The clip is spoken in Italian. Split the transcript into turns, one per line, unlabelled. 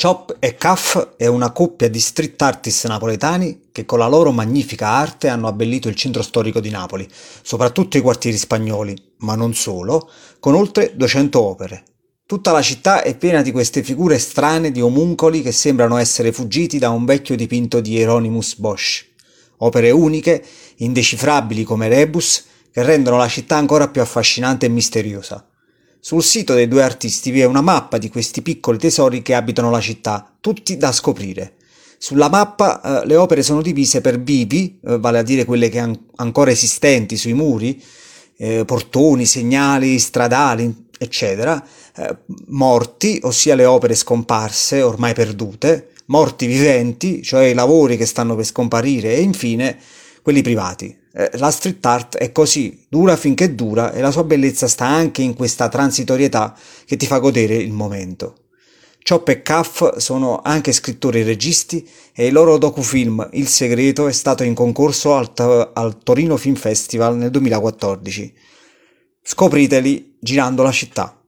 Chop e Caff è una coppia di street artist napoletani che con la loro magnifica arte hanno abbellito il centro storico di Napoli, soprattutto i quartieri spagnoli, ma non solo, con oltre 200 opere. Tutta la città è piena di queste figure strane di omuncoli che sembrano essere fuggiti da un vecchio dipinto di Hieronymus Bosch. Opere uniche, indecifrabili come rebus, che rendono la città ancora più affascinante e misteriosa. Sul sito dei due artisti vi è una mappa di questi piccoli tesori che abitano la città, tutti da scoprire. Sulla mappa le opere sono divise per bipi, vale a dire quelle che ancora esistenti sui muri, portoni, segnali stradali, eccetera, morti, ossia le opere scomparse, ormai perdute, morti viventi, cioè i lavori che stanno per scomparire, e infine quelli privati. La street art è così, dura finché dura, e la sua bellezza sta anche in questa transitorietà che ti fa godere il momento. Chop e Caff sono anche scrittori e registi e il loro docufilm Il segreto è stato in concorso al Torino Film Festival nel 2014. Scopriteli girando la città.